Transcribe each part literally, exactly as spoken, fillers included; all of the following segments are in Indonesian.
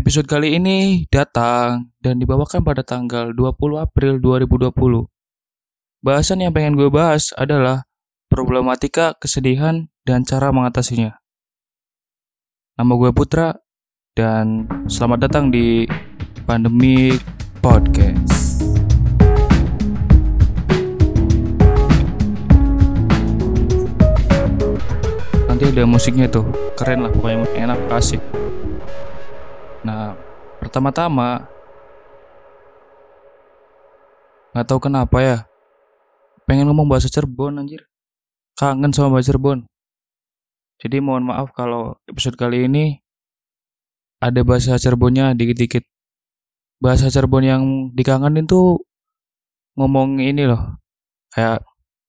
Episode kali ini datang dan dibawakan pada tanggal dua puluh April dua ribu dua puluh. Bahasan yang pengen gue bahas adalah problematika kesedihan dan cara mengatasinya. Nama gue Putra dan selamat datang di Pandemic Podcast. Nanti ada musiknya tuh, keren lah pokoknya, enak, asik. Nah, pertama-tama nggak tahu kenapa ya, pengen ngomong bahasa Cirebon anjir. Kangen sama bahasa Cirebon. Jadi mohon maaf kalau episode kali ini ada bahasa Cirebonnya dikit-dikit. Bahasa Cirebon yang dikangenin tuh ngomong ini loh, kayak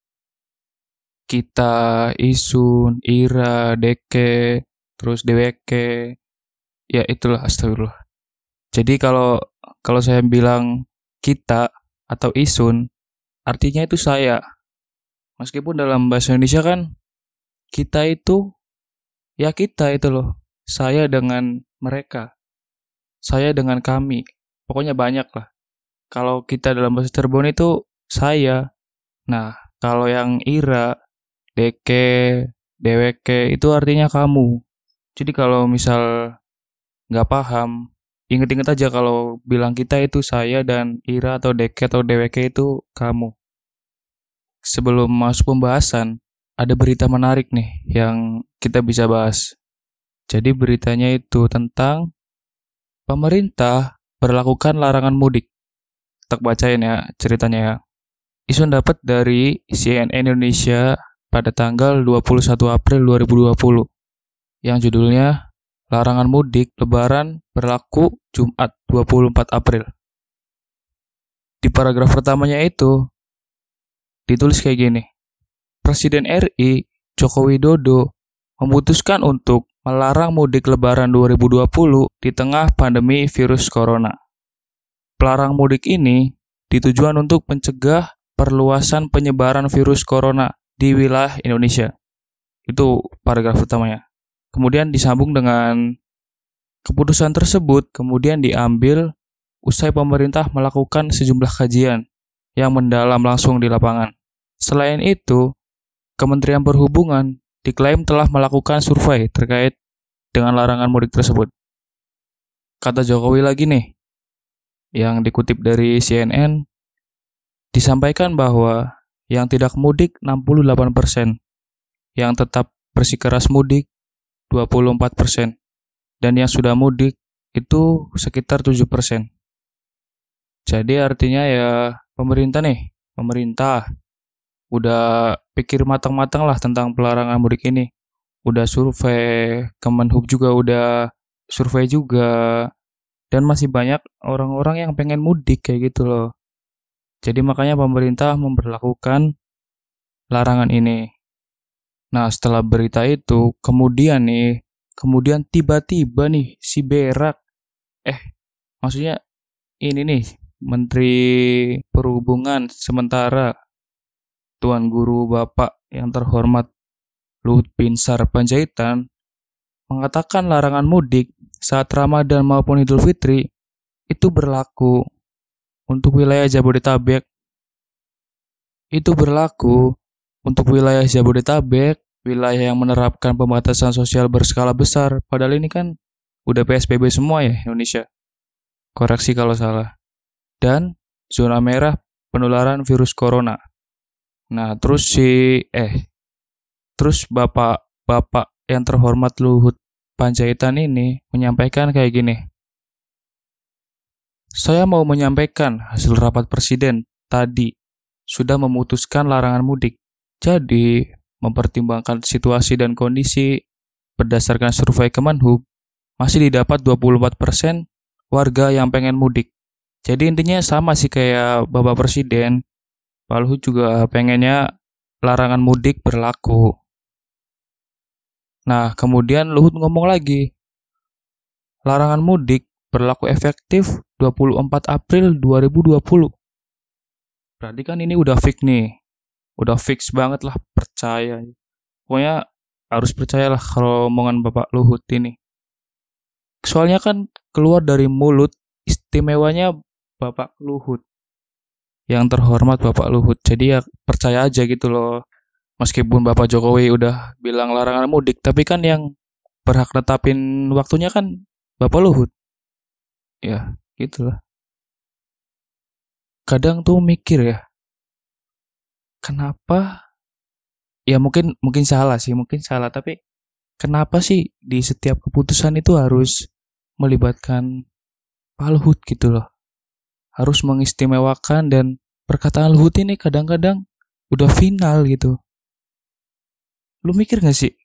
kita, Isun, Ira, Deke, terus Deweke. Ya itulah, astagfirullah. Jadi kalau kalau saya bilang kita atau Isun, artinya itu saya. Meskipun dalam bahasa Indonesia kan kita itu ya kita itu loh. Saya dengan mereka. Saya dengan kami. Pokoknya banyak lah. Kalau kita dalam bahasa Cirebon itu saya. Nah, kalau yang Ira, Deke, Deweke itu artinya kamu. Jadi kalau misal nggak paham, inget-inget aja kalau bilang kita itu saya dan Ira atau Deke atau Deweke itu kamu. Sebelum masuk pembahasan, ada berita menarik nih yang kita bisa bahas. Jadi beritanya itu tentang pemerintah berlakukan larangan mudik. Tak bacain ya ceritanya ya. Isun dapat dari C N N Indonesia pada tanggal dua puluh satu April dua ribu dua puluh yang judulnya Larangan Mudik Lebaran berlaku Jumat dua puluh empat April. Di paragraf pertamanya itu ditulis kayak gini. Presiden R I Joko Widodo memutuskan untuk melarang mudik Lebaran dua ribu dua puluh di tengah pandemi virus corona. Pelarang mudik ini ditujuan untuk mencegah perluasan penyebaran virus corona di wilayah Indonesia. Itu paragraf pertamanya. Kemudian disambung dengan keputusan tersebut kemudian diambil usai pemerintah melakukan sejumlah kajian yang mendalam langsung di lapangan. Selain itu, Kementerian Perhubungan diklaim telah melakukan survei terkait dengan larangan mudik tersebut. Kata Jokowi lagi nih, yang dikutip dari C N N, disampaikan bahwa yang tidak mudik enam puluh delapan persen, yang tetap bersikeras mudik dua puluh empat persen, dan yang sudah mudik itu sekitar tujuh persen. Jadi artinya ya pemerintah nih, pemerintah udah pikir matang-matang lah tentang pelarangan mudik ini. Udah survei, Kemenhub juga udah survei juga, dan masih banyak orang-orang yang pengen mudik kayak gitu loh. Jadi makanya pemerintah memberlakukan larangan ini. Nah, setelah berita itu, kemudian nih, kemudian tiba-tiba nih si Berak, eh, maksudnya ini nih, Menteri Perhubungan sementara, Tuan Guru Bapak yang terhormat Luhut Binsar Panjaitan, mengatakan larangan mudik saat Ramadan maupun Idul Fitri itu berlaku untuk wilayah Jabodetabek. Itu berlaku untuk wilayah Jabodetabek, wilayah yang menerapkan pembatasan sosial berskala besar. Padahal ini kan udah P S B B semua ya Indonesia. Koreksi kalau salah. Dan zona merah penularan virus corona. Nah, terus si eh terus Bapak-bapak yang terhormat Luhut Panjaitan ini menyampaikan kayak gini. Saya mau menyampaikan hasil rapat presiden tadi sudah memutuskan larangan mudik. Jadi, mempertimbangkan situasi dan kondisi berdasarkan survei Kemenhub, masih didapat dua puluh empat persen warga yang pengen mudik. Jadi intinya sama sih kayak Bapak Presiden. Pak Luhut juga pengennya larangan mudik berlaku. Nah, kemudian Luhut ngomong lagi. Larangan mudik berlaku efektif dua puluh empat April dua ribu dua puluh. Berarti kan ini udah fix nih. Udah fix banget lah, percaya. Pokoknya harus percayalah kalau omongan Bapak Luhut ini. soalnya kan keluar dari mulut istimewanya Bapak Luhut, yang terhormat Bapak Luhut. Jadi ya percaya aja gitu loh. Meskipun Bapak Jokowi udah bilang larangan mudik, tapi kan yang berhak netapin waktunya kan Bapak Luhut. Ya, gitulah. Kadang tuh mikir ya, kenapa? Ya mungkin mungkin salah sih, mungkin salah, tapi kenapa sih di setiap keputusan itu harus melibatkan Pak Luhut gitu loh? Harus mengistimewakan, dan perkataan Luhut ini kadang-kadang udah final gitu. Lu mikir gak sih?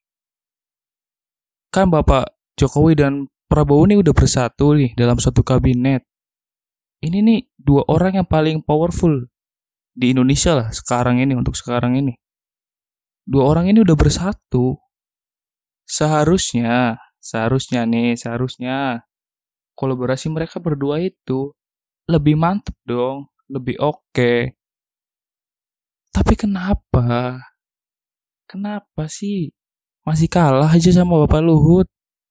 Kan Bapak Jokowi dan Prabowo ini udah bersatu nih dalam satu kabinet. Ini nih dua orang yang paling powerful di Indonesia lah sekarang ini, untuk sekarang ini. Dua orang ini udah bersatu. Seharusnya, seharusnya nih, seharusnya kolaborasi mereka berdua itu lebih mantep dong, lebih oke. Okay. Tapi kenapa? Kenapa sih masih kalah aja sama Bapak Luhut?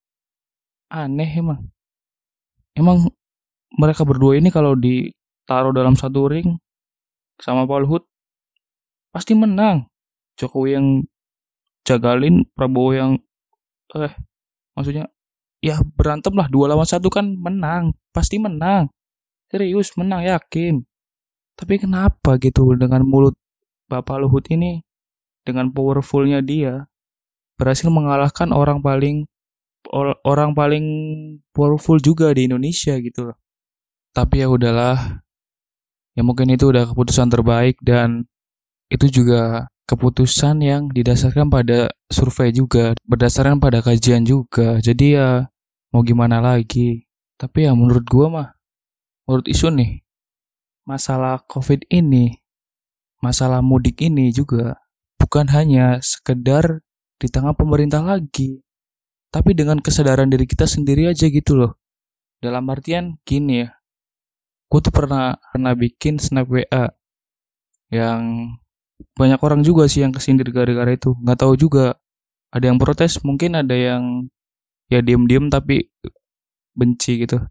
Aneh emang. Emang mereka berdua ini kalau ditaruh dalam satu ring sama Pak Luhut pasti menang. Jokowi yang jagalin, Prabowo yang eh maksudnya ya berantem lah, dua lawan satu kan menang, pasti menang. Serius menang, yakin. Tapi kenapa gitu dengan mulut Bapak Luhut ini, dengan powerfulnya dia, berhasil mengalahkan orang paling orang paling powerful juga di Indonesia gitu loh. Tapi ya udahlah. Ya mungkin itu udah keputusan terbaik, dan itu juga keputusan yang didasarkan pada survei juga, berdasarkan pada kajian juga. Jadi ya mau gimana lagi. Tapi ya menurut gua mah, menurut isu nih, masalah COVID ini, masalah mudik ini juga bukan hanya sekedar di tangan pemerintah lagi, tapi dengan kesadaran diri kita sendiri aja gitu loh. Dalam artian gini ya, gue tuh pernah pernah bikin snap W A yang banyak orang juga sih yang kesindir gara-gara itu. Nggak tahu juga, ada yang protes, mungkin ada yang ya diem-diem tapi benci gitu.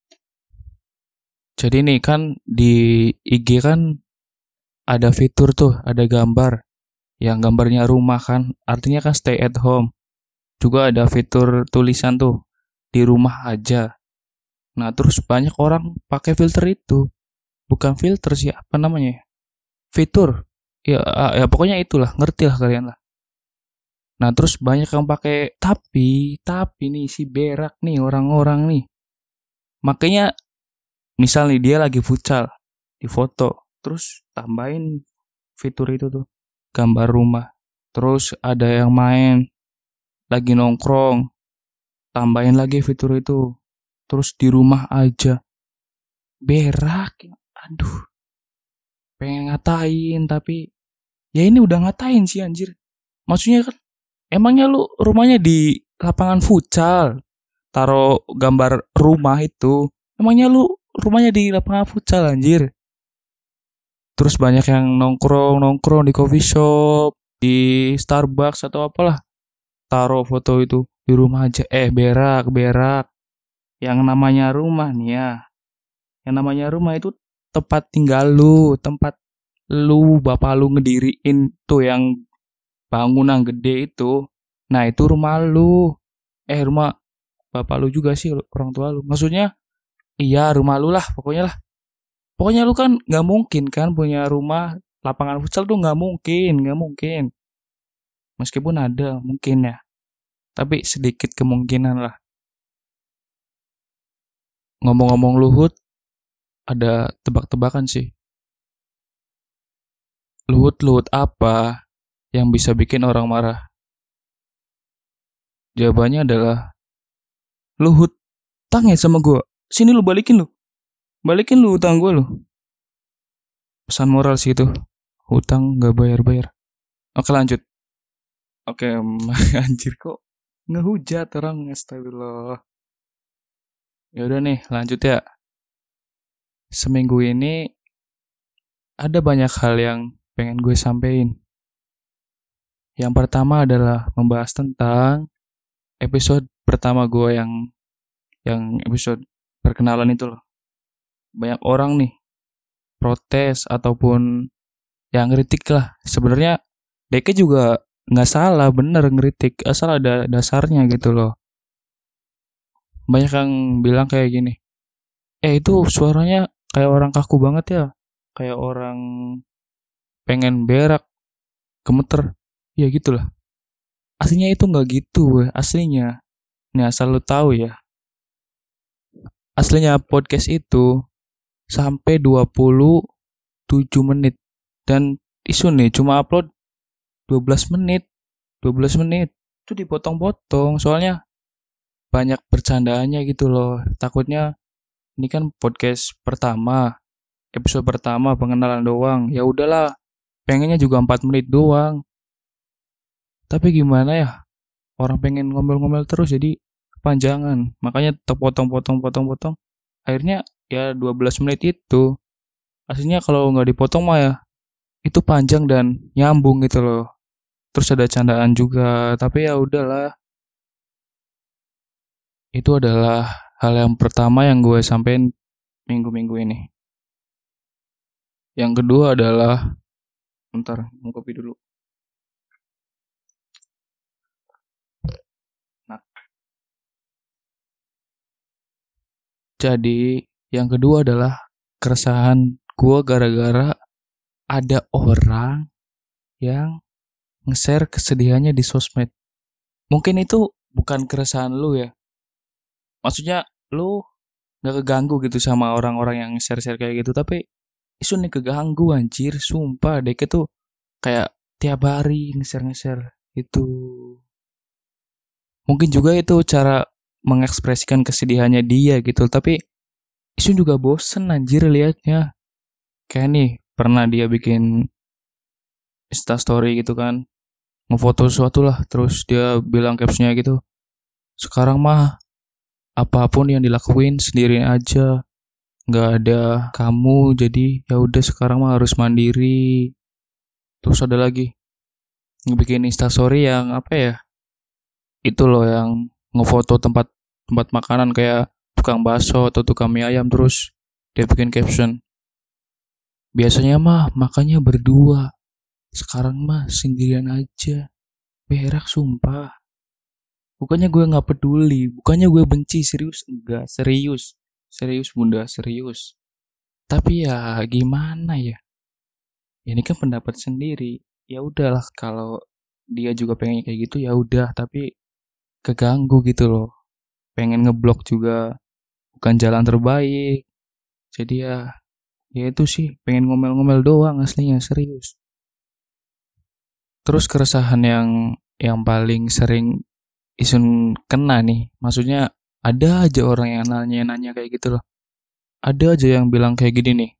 Jadi nih kan di I G kan ada fitur tuh, ada gambar yang gambarnya rumah kan, artinya kan stay at home. Juga ada fitur tulisan tuh, di rumah aja. Nah terus banyak orang pakai filter itu, bukan filter sih, apa namanya? Fitur. Ya, ya pokoknya itulah, ngerti lah kalian lah. Nah terus banyak yang pakai tapi, tapi nih si berak nih orang-orang nih. Makanya misal nih dia lagi futsal di foto, terus tambahin fitur itu tuh, gambar rumah. Terus ada yang main lagi nongkrong, tambahin lagi fitur itu. Terus di rumah aja. Berak. Aduh. Pengen ngatain tapi ya ini udah ngatain sih anjir. Maksudnya kan emangnya lu rumahnya di lapangan futsal, taruh gambar rumah itu. Emangnya lu rumahnya di lapangan futsal anjir. Terus banyak yang nongkrong-nongkrong di coffee shop, di Starbucks atau apalah. Taruh foto itu di rumah aja. Eh berak, berak. Yang namanya rumah nih ya. Yang namanya rumah itu tempat tinggal lu, tempat lu, bapak lu ngediriin tuh yang bangunan gede itu. Nah itu rumah lu. Eh rumah bapak lu juga sih, orang tua lu. Maksudnya iya rumah lu lah, pokoknya lah. Pokoknya lu kan nggak mungkin kan punya rumah lapangan futsal tuh, nggak mungkin, nggak mungkin. Meskipun ada mungkin ya, tapi sedikit kemungkinan lah. Ngomong-ngomong Luhut, ada tebak-tebakan sih. Luhut-luhut apa yang bisa bikin orang marah? Jawabannya adalah Luhut tangnya sama gue. Sini lu balikin lu. Balikin lu utang gue lu. Pesan moral sih itu. Hutang gak bayar-bayar. Oke lanjut. Oke anjir kok ngehujat orang, astagfirullah. Ya udah nih lanjut ya. Seminggu ini ada banyak hal yang pengen gue sampein. Yang pertama adalah membahas tentang episode pertama gue yang yang episode perkenalan itu loh. Banyak orang nih protes ataupun yang ngeritik lah. Sebenarnya Deke juga nggak salah, bener ngeritik, asal ada dasarnya gitu loh. Banyak yang bilang kayak gini, eh itu suaranya kayak orang kaku banget ya, kayak orang pengen berak, gemeter, ya gitulah. Aslinya itu nggak gitu, weh. Aslinya, nih asal lu tahu ya, aslinya podcast itu sampai dua puluh tujuh menit dan isu nih cuma upload dua belas menit, dua belas menit itu dipotong-potong soalnya banyak bercandaannya gitu loh. Takutnya ini kan podcast pertama, episode pertama pengenalan doang. Ya udahlah, pengennya juga empat menit doang. Tapi gimana ya? Orang pengen ngomel-ngomel terus jadi kepanjangan. Makanya terpotong-potong-potong-potong. Akhirnya ya dua belas menit itu. Aslinya kalau nggak dipotong mah ya itu panjang dan nyambung gitu loh. Terus ada candaan juga, tapi ya udahlah. Itu adalah hal yang pertama yang gue sampein minggu-minggu ini. Yang kedua adalah, bentar, mau kopi dulu. Nah, jadi yang kedua adalah keresahan gue gara-gara ada orang yang nge-share kesedihannya di sosmed. Mungkin itu bukan keresahan lu ya. Maksudnya lu gak keganggu gitu sama orang-orang yang share-share kayak gitu, tapi isu nih keganggu anjir, sumpah Deke tuh kayak tiap hari nge-share-nge-share itu. Mungkin juga itu cara mengekspresikan kesedihannya dia gitu, tapi isu juga bosen anjir liatnya. Kayak nih, pernah dia bikin Insta story gitu kan, ngefoto sesuatu lah, terus dia bilang captionnya gitu, sekarang mah apapun yang dilakuin sendiri aja, nggak ada kamu, jadi ya udah sekarang mah harus mandiri. Terus ada lagi ngebikin instastory yang apa ya, itu loh yang ngefoto tempat tempat makanan kayak tukang bakso atau tukang mie ayam, terus dia bikin caption, biasanya mah makannya berdua, sekarang mah sendirian aja. Berak sumpah. Bukannya gue nggak peduli, bukannya gue benci, serius enggak, serius, serius bunda, serius. Tapi ya gimana ya? Ya, ini kan pendapat sendiri. Ya udahlah kalau dia juga pengen kayak gitu ya udah, tapi keganggu gitu loh. Pengen ngeblok juga bukan jalan terbaik. Jadi ya ya itu sih, pengen ngomel-ngomel doang aslinya, serius. Terus keresahan yang yang paling sering Isun kena nih, maksudnya ada aja orang yang nanya-nanya kayak gitu loh. Ada aja yang bilang kayak gini nih,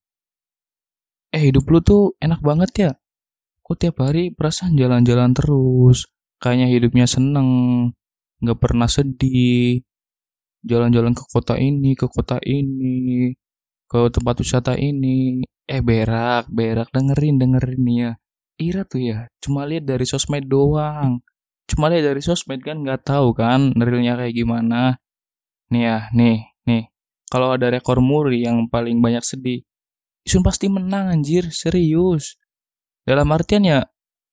eh hidup lu tuh enak banget ya, kok tiap hari perasaan jalan-jalan terus, kayaknya hidupnya seneng, gak pernah sedih, jalan-jalan ke kota ini, ke kota ini, ke tempat wisata ini. Eh berak, berak, dengerin, dengerin nih ya. Ira tuh ya, cuma lihat dari sosmed doang. Cuma lihat dari sosmed kan nggak tahu kan realnya kayak gimana. Nih ya, nih, nih. Kalau ada rekor muri yang paling banyak sedih, Isun pasti menang anjir, serius. Dalam artian ya,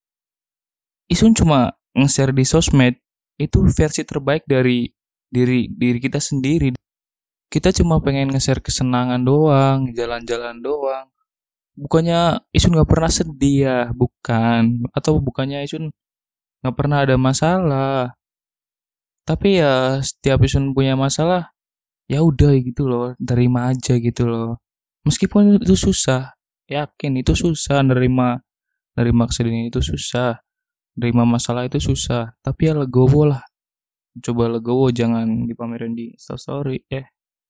Isun cuma nge-share di sosmed itu versi terbaik dari diri diri kita sendiri. Kita cuma pengen nge-share kesenangan doang, jalan-jalan doang. Bukannya Isun nggak pernah sedih ya, bukan. Atau bukannya Isun nggak pernah ada masalah. Tapi ya setiap Isun punya masalah, ya udah gitu loh, terima aja gitu loh. Meskipun itu susah, yakin itu susah, nerima nerima kesedihan itu susah, nerima masalah itu susah. Tapi ya legowo lah, coba legowo, jangan dipamerin di story eh.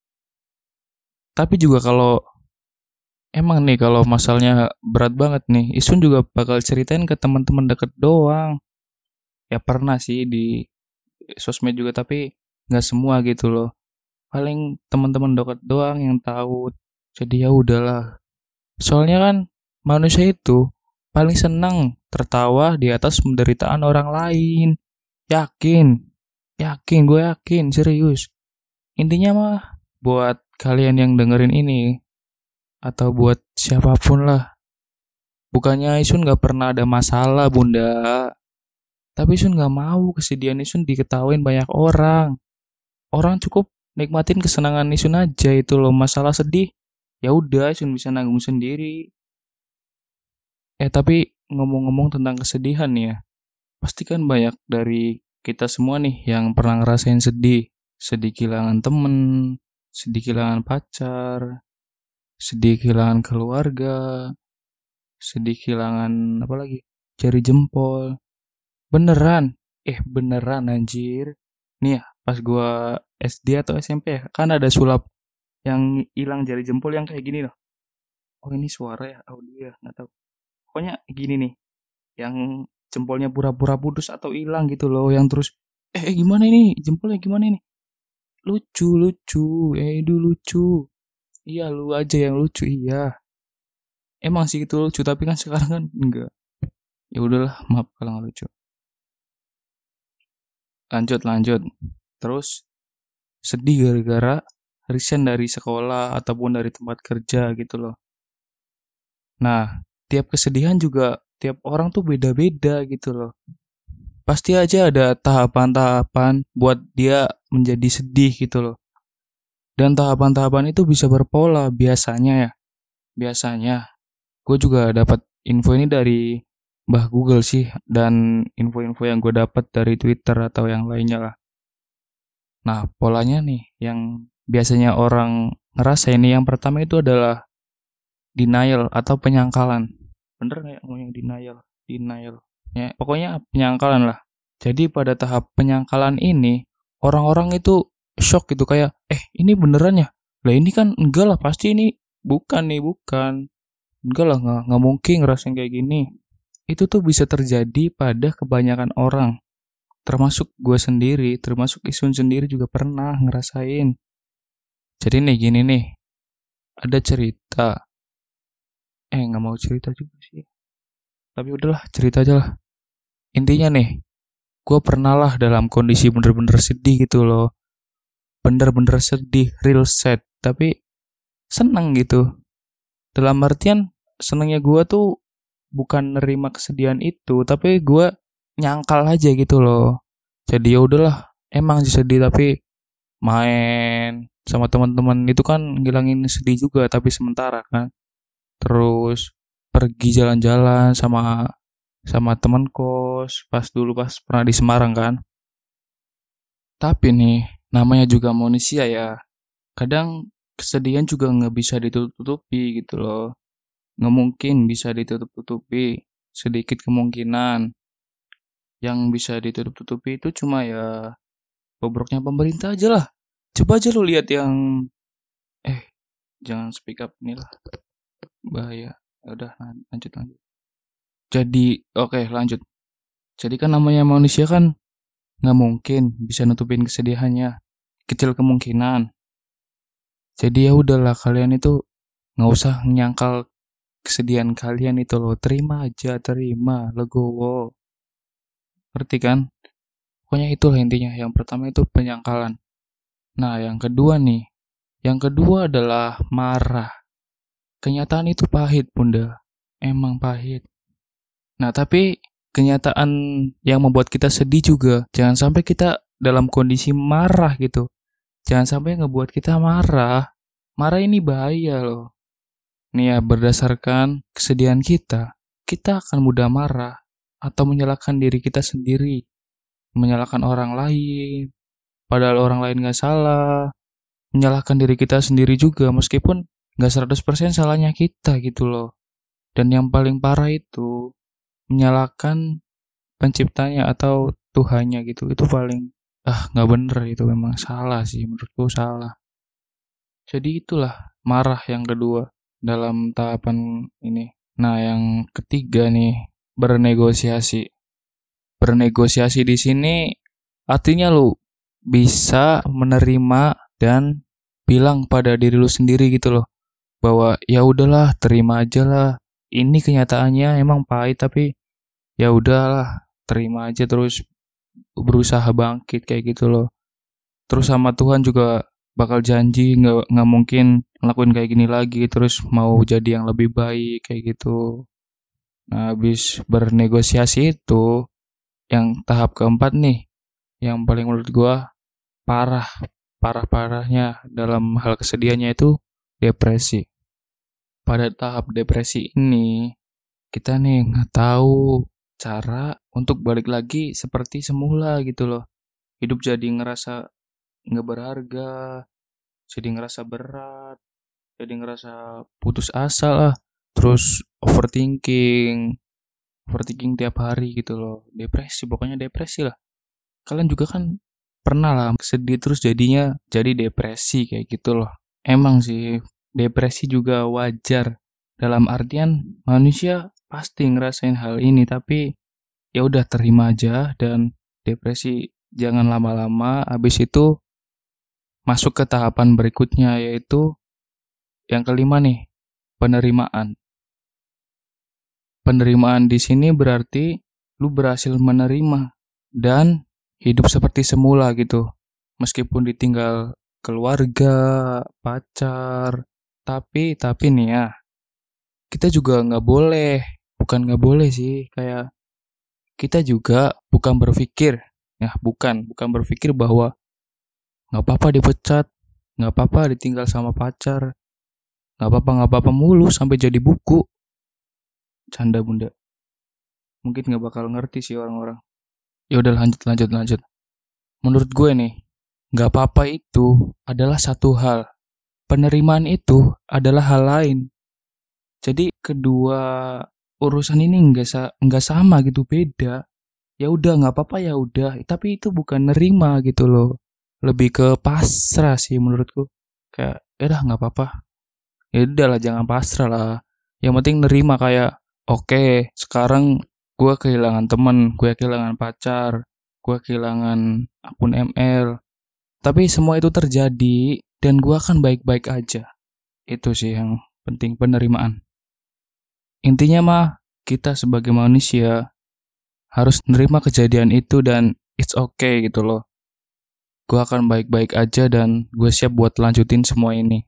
Tapi juga kalau emang nih kalau masalahnya berat banget nih, Isun juga bakal ceritain ke teman-teman deket doang. Ya pernah sih di sosmed juga, tapi nggak semua gitu loh. Paling teman-teman dekat doang yang tahu. Jadi ya udahlah. Soalnya kan manusia itu paling senang tertawa di atas penderitaan orang lain. Yakin, yakin, gue yakin, serius. Intinya mah buat kalian yang dengerin ini atau buat siapapun lah. Bukannya Isun gak pernah ada masalah bunda, tapi Isun gak mau kesedihan Isun diketawain banyak orang. Orang cukup nikmatin kesenangan Isun aja itu loh. Masalah sedih, ya udah Isun bisa nanggung sendiri. Eh tapi ngomong-ngomong tentang kesedihan nih ya, pasti kan banyak dari kita semua nih yang pernah ngerasain sedih. Sedih kehilangan temen, sedih kehilangan pacar, sedih kehilangan keluarga, sedih kehilangan apa lagi? Jari jempol. Beneran? Eh beneran anjir. Nih ya, pas gua S D atau S M P ya, kan ada sulap yang hilang jari jempol yang kayak gini loh. Oh ini suara ya, audio ya, nggak tahu. Pokoknya gini nih, yang jempolnya pura-pura putus atau hilang gitu loh, yang terus eh, eh gimana ini jempolnya gimana ini? Lucu lucu, eh itu lucu. Iya lu aja yang lucu iya. Emang sih itu lucu tapi kan sekarang kan enggak. Ya udahlah, maaf kalau nggak lucu. Lanjut lanjut. Terus sedih gara-gara resign dari sekolah ataupun dari tempat kerja gitu loh. Nah, tiap kesedihan juga tiap orang tuh beda-beda gitu loh. Pasti aja ada tahapan-tahapan buat dia menjadi sedih gitu loh. Dan tahapan-tahapan itu bisa berpola biasanya ya. Biasanya. Gue juga dapat info ini dari Mbah Google sih dan info-info yang gue dapat dari Twitter atau yang lainnya lah. Nah, polanya nih yang biasanya orang ngerasa ini yang pertama itu adalah denial atau penyangkalan. Bener nggak ngomongnya denial? Denial. Ya, pokoknya penyangkalan lah. Jadi pada tahap penyangkalan ini, orang-orang itu shock gitu kayak, eh ini beneran ya? Lah ini kan enggak lah, pasti ini bukan nih, bukan. Enggak lah, nggak, nggak mungkin ngerasain kayak gini. Itu tuh bisa terjadi pada kebanyakan orang. Termasuk gue sendiri, termasuk Isun sendiri juga pernah ngerasain. Jadi nih gini nih, ada cerita. Eh nggak mau cerita juga sih. Tapi udahlah, cerita aja lah. Intinya nih, gue pernah lah dalam kondisi bener-bener sedih gitu loh. Bener-bener sedih, real sad. Tapi seneng gitu. Dalam artian, senengnya gue tuh bukan nerima kesedihan itu, tapi gue nyangkal aja gitu loh. Jadi ya udahlah, emang sih sedih tapi main sama teman-teman itu kan ngilangin sedih juga tapi sementara kan. Terus pergi jalan-jalan sama sama teman kos pas dulu pas pernah di Semarang kan. Tapi nih namanya juga manusia ya. Kadang kesedihan juga nggak bisa ditutup-tutupi gitu loh. Nggak mungkin bisa ditutup-tutupi. Sedikit kemungkinan yang bisa ditutup-tutupi itu cuma ya bobroknya pemerintah aja lah. Coba aja lu lihat yang eh jangan speak up nih lah. Bahaya. Ya udah lanjut lanjut. Jadi oke okay, lanjut. Jadi kan namanya manusia kan nggak mungkin bisa nutupin kesedihannya. Kecil kemungkinan. Jadi ya udahlah kalian itu nggak usah nyangkal kesedihan kalian itu loh. Terima aja, terima, legowo. Ngerti kan? Pokoknya itulah intinya. Yang pertama itu penyangkalan. Nah, yang kedua nih. Yang kedua adalah marah. Kenyataan itu pahit, Bunda. Emang pahit. Nah, tapi kenyataan yang membuat kita sedih juga. Jangan sampai kita dalam kondisi marah gitu. Jangan sampai ngebuat kita marah. Marah ini bahaya loh. Nih ya, berdasarkan kesedihan kita, kita akan mudah marah atau menyalahkan diri kita sendiri. Menyalahkan orang lain, padahal orang lain gak salah. Menyalahkan diri kita sendiri juga, meskipun gak seratus persen salahnya kita gitu loh. Dan yang paling parah itu, menyalahkan penciptanya atau Tuhannya gitu. Itu paling, ah gak bener itu memang salah sih, menurutku salah. Jadi itulah marah yang kedua dalam tahapan ini. Nah yang ketiga nih, bernegosiasi. Bernegosiasi di sini artinya lu bisa menerima dan bilang pada diri lu sendiri gitu loh bahwa ya udahlah terima aja lah, ini kenyataannya emang pahit tapi ya udahlah terima aja terus berusaha bangkit kayak gitu loh. Terus sama Tuhan juga bakal janji nggak nggak mungkin ngelakuin kayak gini lagi, terus mau jadi yang lebih baik kayak gitu. Nah, habis bernegosiasi itu, yang tahap keempat nih, yang paling menurut gua parah, parah-parahnya dalam hal kesedihannya itu depresi. Pada tahap depresi ini, kita nih nggak tahu cara untuk balik lagi seperti semula gitu loh. Hidup jadi ngerasa nggak berharga, jadi ngerasa berat, jadi ngerasa putus asa lah. Terus overthinking, overthinking tiap hari gitu loh. Depresi, pokoknya depresi lah. Kalian juga kan pernah lah sedih terus jadinya jadi depresi kayak gitu loh. Emang sih depresi juga wajar. Dalam artian manusia pasti ngerasain hal ini, tapi ya udah terima aja. Dan depresi jangan lama-lama. Habis itu masuk ke tahapan berikutnya, yaitu yang kelima nih, penerimaan. Penerimaan di sini berarti lu berhasil menerima dan hidup seperti semula gitu. Meskipun ditinggal keluarga, pacar, tapi tapi nih ya, kita juga nggak boleh, bukan nggak boleh sih, kayak kita juga bukan berpikir, ya bukan, bukan berpikir bahwa nggak apa-apa dipecat, nggak apa-apa ditinggal sama pacar, nggak apa-apa nggak apa-apa mulu sampai jadi buku. Canda bunda, mungkin nggak bakal ngerti sih orang-orang. Ya udah lanjut lanjut lanjut. Menurut gue nih, nggak apa-apa itu adalah satu hal. Penerimaan itu adalah hal lain. Jadi kedua urusan ini nggak sa nggak sama gitu, beda. Ya udah nggak apa-apa ya udah, tapi itu bukan nerima gitu loh. Lebih ke pasrah sih menurutku. Kayak ya udah nggak apa-apa. Ya udahlah jangan pasrah lah. Yang penting nerima kayak oke, okay, sekarang gue kehilangan temen, gue kehilangan pacar, gue kehilangan akun M L. Tapi semua itu terjadi dan gue akan baik-baik aja. Itu sih yang penting, penerimaan. Intinya mah kita sebagai manusia harus nerima kejadian itu dan it's okay gitu loh. Gue akan baik-baik aja dan gue siap buat lanjutin semua ini.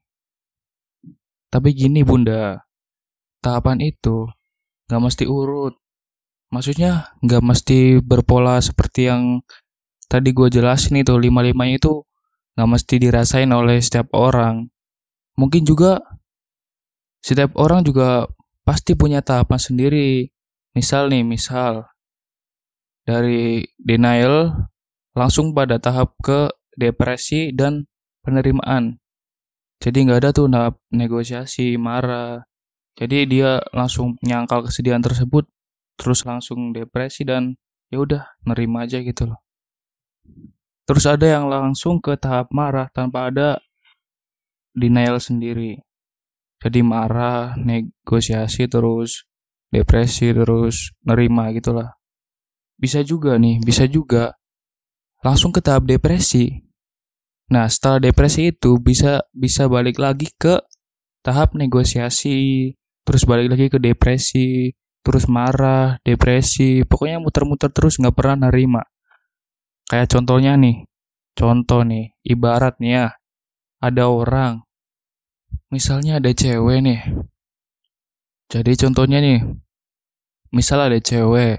Tapi gini bunda, tahapan itu gak mesti urut. Maksudnya gak mesti berpola seperti yang tadi gue jelasin itu. Lima-limanya itu gak mesti dirasain oleh setiap orang. Mungkin juga setiap orang juga pasti punya tahapan sendiri. Misal nih, misal dari denial langsung pada tahap ke depresi dan penerimaan. Jadi nggak ada tuh tahap negosiasi, marah. Jadi dia langsung nyangkal kesedihan tersebut, terus langsung depresi dan ya udah nerima aja gitu loh. Terus ada yang langsung ke tahap marah tanpa ada denial sendiri. Jadi marah, negosiasi terus, depresi terus, nerima gitulah. Bisa juga nih, bisa juga langsung ke tahap depresi. Nah, setelah depresi itu bisa bisa balik lagi ke tahap negosiasi, terus balik lagi ke depresi, terus marah, depresi, pokoknya muter-muter terus nggak pernah nerima. Kayak contohnya nih, contoh nih, ibarat nih ya, ada orang, misalnya ada cewek nih. Jadi contohnya nih, misal ada cewek,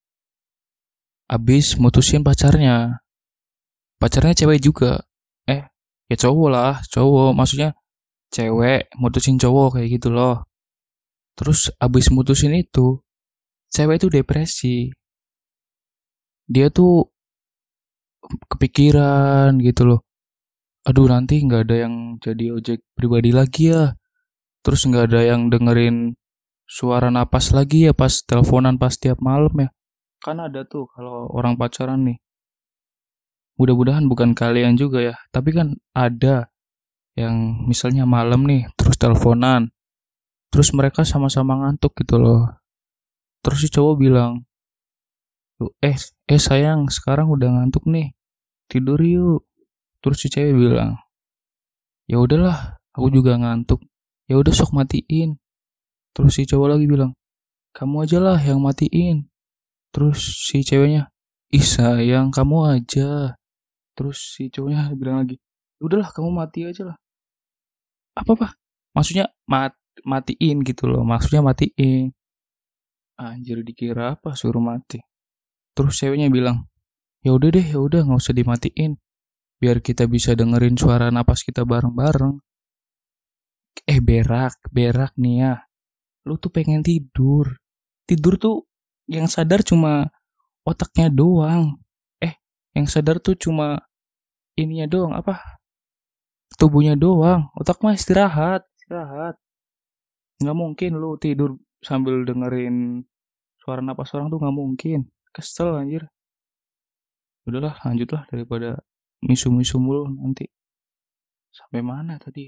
abis mutusin pacarnya, pacarnya cewek juga, eh, ya cowok lah, cowok, maksudnya cewek mutusin cowok kayak gitu loh. Terus abis mutusin itu, cewek itu depresi. Dia tuh kepikiran gitu loh. Aduh nanti gak ada yang jadi ojek pribadi lagi ya. Terus gak ada yang dengerin suara napas lagi ya pas teleponan pas tiap malam ya. Kan ada tuh kalau orang pacaran nih. Mudah-mudahan bukan kalian juga ya. Tapi kan ada yang misalnya malam nih terus teleponan. Terus mereka sama-sama ngantuk gitu loh. Terus si cowok bilang, eh eh sayang sekarang udah ngantuk nih, tidur yuk. Terus si cewek bilang, ya udahlah aku juga ngantuk, ya udah sok matiin. Terus si cowok lagi bilang, kamu aja lah yang matiin. Terus si ceweknya, ih sayang kamu aja. Terus si cowoknya bilang lagi, Udahlah kamu mati aja lah. Apa apa? Maksudnya mat matiin gitu loh. Maksudnya matiin. Anjir dikira apa suruh mati. Terus ceweknya bilang, ya udah deh, ya udah nggak usah dimatiin. Biar kita bisa dengerin suara napas kita bareng-bareng. Eh berak, berak nih ya. Lu tuh pengen tidur. Tidur tuh yang sadar cuma otaknya doang. Eh, yang sadar tuh cuma ininya doang, apa? Tubuhnya doang. Otak mah istirahat, istirahat. Nggak mungkin lu tidur sambil dengerin suara napas orang tuh nggak mungkin. Kesel anjir. Udahlah, lanjutlah daripada misu-misu mulu nanti. Sampai mana tadi?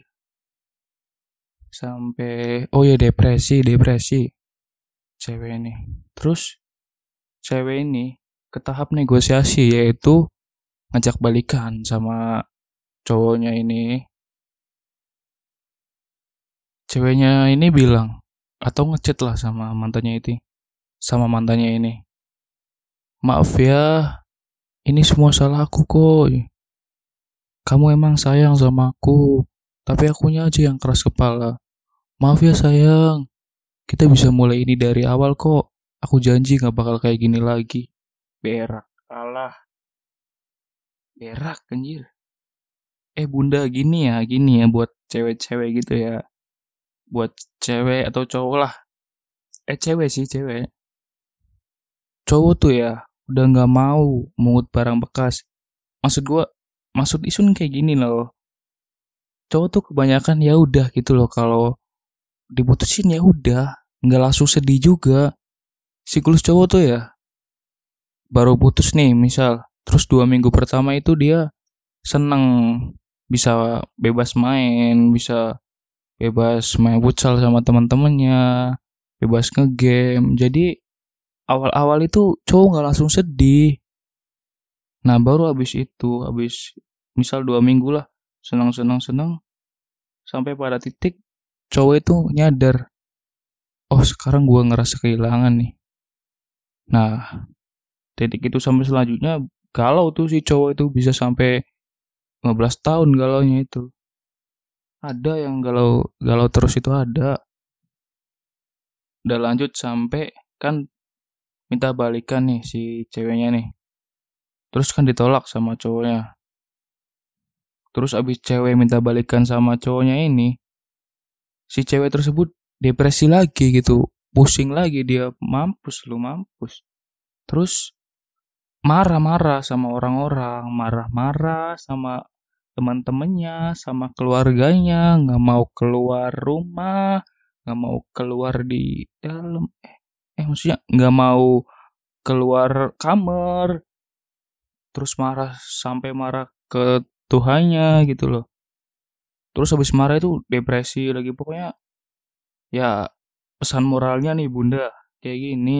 Sampai oh ya depresi, depresi. Cewek ini. Terus cewek ini ke tahap negosiasi yaitu ngajak balikan sama cowoknya ini. Ceweknya ini bilang atau ngechat lah sama mantannya itu, sama mantannya ini. Maaf ya, ini semua salah aku kok. Kamu emang sayang sama aku, tapi akunya aja yang keras kepala. Maaf ya sayang, kita bisa mulai ini dari awal kok. Aku janji gak bakal kayak gini lagi. Berak, alah, berak anjir. Eh bunda gini ya, gini ya buat cewek-cewek gitu ya. Buat cewek atau cowok lah. Eh cewek sih, cewek. Cowok tuh ya udah nggak mau mungut barang bekas. Maksud gua, maksud Isun kayak gini loh. Cowok tuh kebanyakan ya udah gitu loh kalau diputusin ya udah, nggak langsung sedih juga. Siklus cowok tuh ya baru putus nih misal, terus dua minggu pertama itu dia seneng bisa bebas main, bisa bebas main futsal sama teman-temannya, bebas ngegame. Jadi awal-awal itu cowok nggak langsung sedih. Nah baru abis itu, abis misal dua minggu lah, senang-senang-senang, sampai pada titik cowok itu nyadar, oh sekarang gua ngerasa kehilangan nih. Nah titik itu sampai selanjutnya, galau tuh si cowok itu bisa sampai lima belas tahun galaunya itu. Ada yang galau galau terus itu ada. Udah lanjut sampai kan minta balikan nih si ceweknya nih. Terus kan ditolak sama cowoknya. Terus abis cewek minta balikan sama cowoknya ini, si cewek tersebut depresi lagi gitu, pusing lagi dia, mampus lu mampus. Terus marah-marah sama orang-orang, marah-marah sama teman-temannya, sama keluarganya, nggak mau keluar rumah, nggak mau keluar di dalam, eh, eh maksudnya nggak mau keluar kamar, terus marah sampai marah ke Tuhannya gitu loh. Terus habis marah itu depresi lagi, pokoknya ya pesan moralnya nih bunda kayak gini,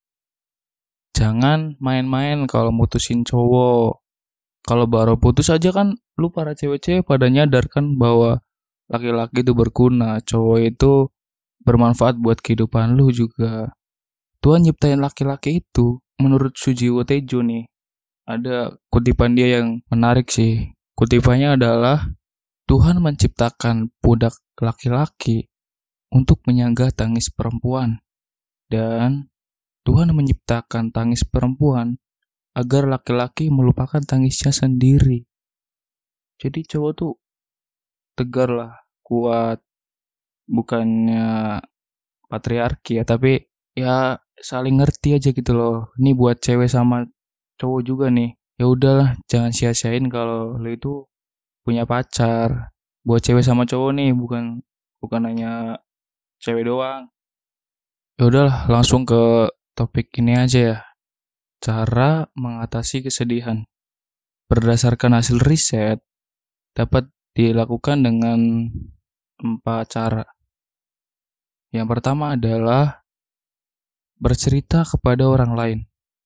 jangan main-main kalau mutusin cowok. Kalau baru putus aja kan lu para cewek-cewek pada nyadar kan bahwa laki-laki itu berguna, cowok itu bermanfaat buat kehidupan lu juga. Tuhan nyiptain laki-laki itu menurut Sujiwo Tejo nih. Ada kutipan dia yang menarik sih. Kutipannya adalah Tuhan menciptakan budak laki-laki untuk menyangga tangis perempuan, dan Tuhan menciptakan tangis perempuan agar laki-laki melupakan tangisnya sendiri. Jadi cowok tuh tegar lah, kuat, bukannya patriarki ya, tapi ya saling ngerti aja gitu loh. Ini buat cewek sama cowok juga nih. Ya udahlah, jangan sia-siain kalau lo itu punya pacar. Buat cewek sama cowok nih, bukan bukan hanya cewek doang. Ya udahlah, langsung ke topik ini aja ya. Cara mengatasi kesedihan. Berdasarkan hasil riset, dapat dilakukan dengan empat cara. Yang pertama adalah bercerita kepada orang lain.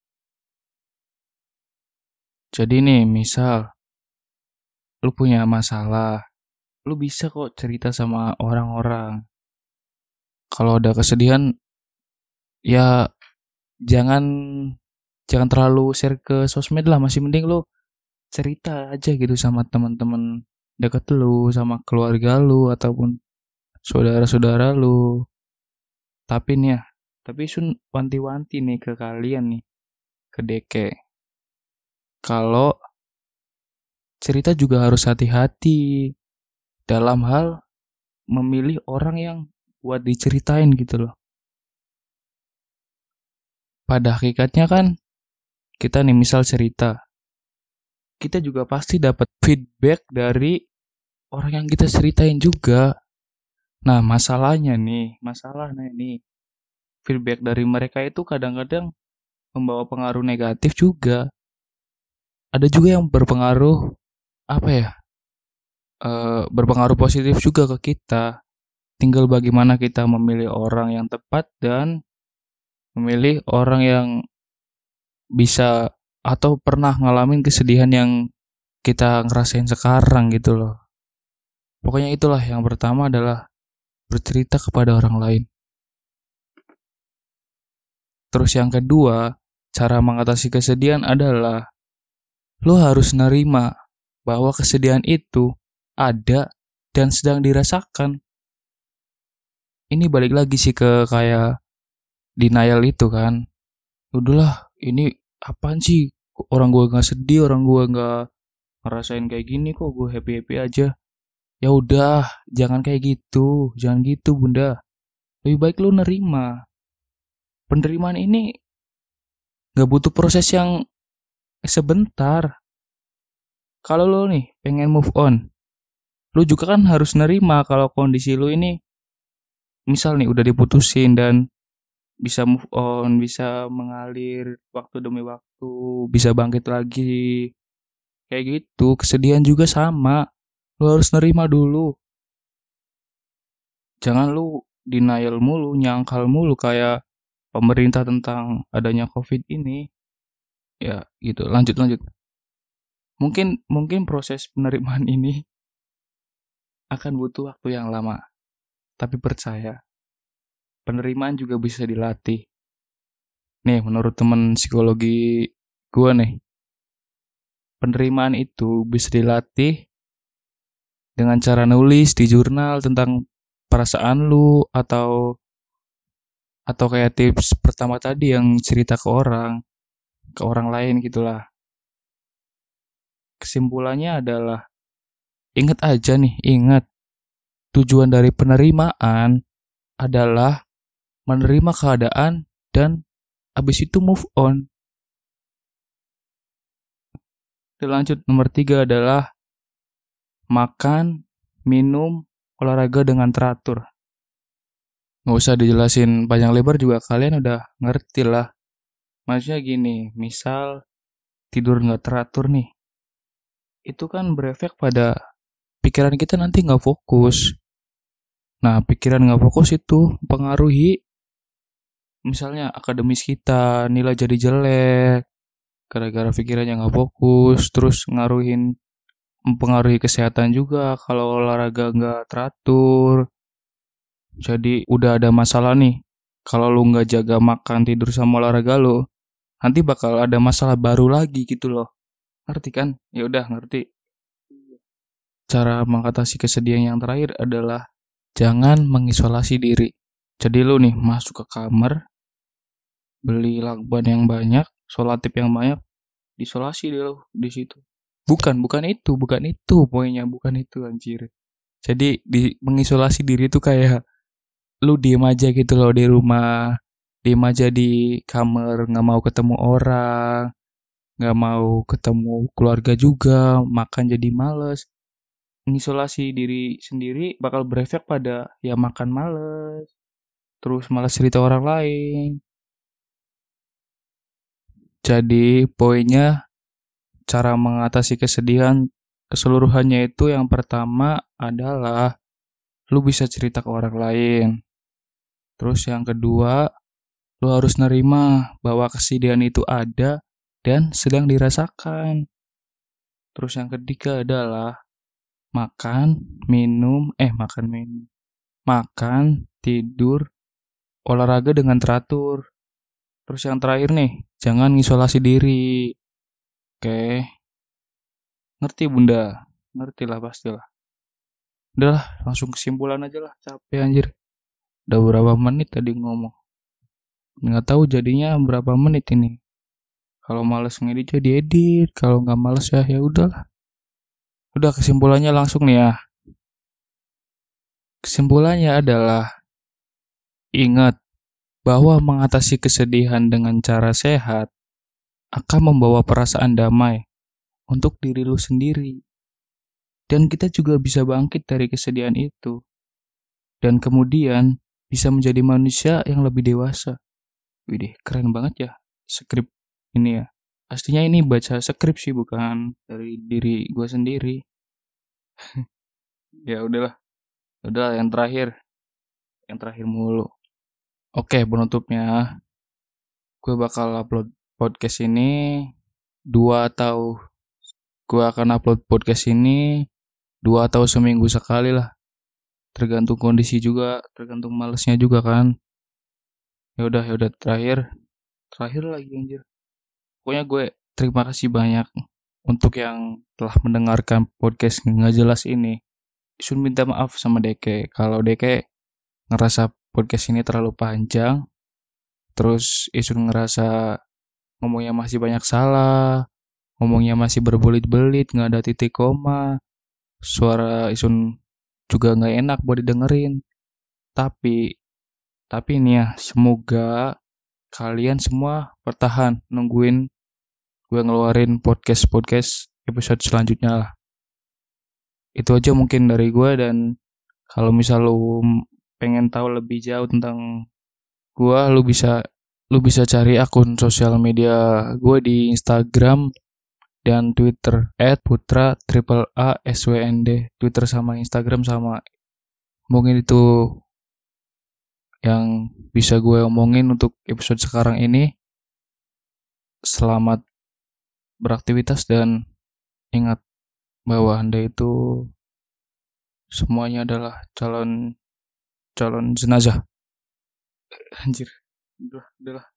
Jadi nih, misal lu punya masalah, lu bisa kok cerita sama orang-orang. Kalau ada kesedihan, ya jangan jangan terlalu share ke sosmed lah, masih mending lu cerita aja gitu sama teman-teman deket lu, sama keluarga lu, ataupun saudara-saudara lu. Tapi nih ya, tapi Sun wanti-wanti nih ke kalian nih, ke Deke. Kalau cerita juga harus hati-hati dalam hal memilih orang yang buat diceritain gitu loh. Pada hakikatnya kan kita nih misal cerita, kita juga pasti dapat feedback dari orang yang kita ceritain juga. Nah, masalahnya nih, masalahnya nih, feedback dari mereka itu kadang-kadang membawa pengaruh negatif juga. Ada juga yang berpengaruh apa ya? eh, berpengaruh positif juga ke kita. Tinggal bagaimana kita memilih orang yang tepat dan memilih orang yang bisa atau pernah ngalamin kesedihan yang kita ngerasain sekarang gitu loh. Pokoknya itulah yang pertama adalah bercerita kepada orang lain. Terus yang kedua, cara mengatasi kesedihan adalah lo harus nerima bahwa kesedihan itu ada dan sedang dirasakan. Ini balik lagi sih ke kayak denial itu kan. Udahlah, ini apaan sih? Orang gue gak sedih, orang gue gak ngerasain kayak gini kok, gue happy-happy aja. Ya udah, jangan kayak gitu, jangan gitu bunda. Lebih baik lu nerima. Penerimaan ini gak butuh proses yang sebentar. Kalau lu nih pengen move on, lu juga kan harus nerima kalau kondisi lu ini misal nih udah diputusin dan bisa move on, bisa mengalir waktu demi waktu, bisa bangkit lagi. Kayak gitu, kesedihan juga sama. Lu harus nerima dulu. Jangan lu denial mulu, nyangkal mulu kayak pemerintah tentang adanya Covid ini. Ya, gitu. Lanjut lanjut. Mungkin mungkin proses penerimaan ini akan butuh waktu yang lama. Tapi percaya, penerimaan juga bisa dilatih. Nih, menurut teman psikologi gue nih, penerimaan itu bisa dilatih dengan cara nulis di jurnal tentang perasaan lu atau atau kayak tips pertama tadi yang cerita ke orang, ke orang lain gitulah. Kesimpulannya adalah ingat aja nih, ingat tujuan dari penerimaan adalah menerima keadaan dan abis itu move on. Lanjut nomor tiga adalah makan, minum, olahraga dengan teratur. Nggak usah dijelasin panjang lebar juga kalian udah ngerti lah. Maksudnya gini, misal tidur nggak teratur nih, itu kan berefek pada pikiran kita nanti nggak fokus. Nah, pikiran nggak fokus itu mempengaruhi misalnya akademis kita, nilai jadi jelek, gara-gara pikirannya nggak fokus, terus ngaruhin mempengaruhi kesehatan juga kalau olahraga nggak teratur. Jadi udah ada masalah nih. Kalau lu nggak jaga makan, tidur sama olahraga lu, nanti bakal ada masalah baru lagi gitu loh. Ngerti kan? Ya udah ngerti. Cara mengatasi kesedihan yang terakhir adalah jangan mengisolasi diri. Jadi lu nih masuk ke kamar, beli lakban yang banyak, sholat tip yang banyak, diisolasi deh lu di situ. Bukan, bukan itu, bukan itu poinnya, bukan itu anjir. Jadi di mengisolasi diri itu kayak lu diem aja gitu loh di rumah, diem aja di kamar, nggak mau ketemu orang, nggak mau ketemu keluarga juga, makan jadi males. Mengisolasi diri sendiri bakal berefek pada ya makan males, terus malas cerita orang lain. Jadi poinnya cara mengatasi kesedihan keseluruhannya itu yang pertama adalah lu bisa cerita ke orang lain. Terus yang kedua, lu harus nerima bahwa kesedihan itu ada dan sedang dirasakan. Terus yang ketiga adalah makan, minum, eh makan minum. Makan, tidur, olahraga dengan teratur. Terus yang terakhir nih, jangan isolasi diri. Oke. Ngerti Bunda? ngerti lah pastilah. Udahlah, langsung kesimpulan aja lah, capek anjir. Udah berapa menit tadi ngomong? Nggak tahu jadinya berapa menit ini. Kalau males ngedit jadi edit, kalau nggak males ya ya udahlah. Udah kesimpulannya langsung nih ya. Kesimpulannya adalah ingat bahwa mengatasi kesedihan dengan cara sehat akan membawa perasaan damai untuk diri lu sendiri. Dan kita juga bisa bangkit dari kesedihan itu. Dan kemudian bisa menjadi manusia yang lebih dewasa. Widih, keren banget ya skrip ini ya. Pastinya ini baca skrip sih, bukan dari diri gue sendiri. Ya udahlah, udah yang terakhir, yang terakhir mulu. Oke, penutupnya gue bakal upload podcast ini dua atau gue akan upload podcast ini dua atau seminggu sekali lah. Tergantung kondisi juga, tergantung malesnya juga kan. Ya udah, ya udah terakhir, terakhir lagi anjir. Pokoknya gue terima kasih banyak untuk yang telah mendengarkan podcast nggak jelas ini. Isun minta maaf sama Deke kalau Deke ngerasa podcast ini terlalu panjang. Terus Isun ngerasa ngomongnya masih banyak salah, ngomongnya masih berbelit-belit, nggak ada titik koma. Suara Isun juga nggak enak buat didengerin. Tapi, tapi ini ya, semoga kalian semua bertahan nungguin gue ngeluarin podcast-podcast episode selanjutnya lah. Itu aja mungkin dari gue, dan kalau misal lu pengen tahu lebih jauh tentang gue, lu bisa lu bisa cari akun sosial media gue di Instagram dan Twitter at putra triple a s w n d. Twitter sama Instagram sama. Mungkin itu yang bisa gue omongin untuk episode sekarang ini. Selamat beraktivitas dan ingat bahwa Anda itu semuanya adalah calon calon jenazah. Anjir. Udah, udah lah.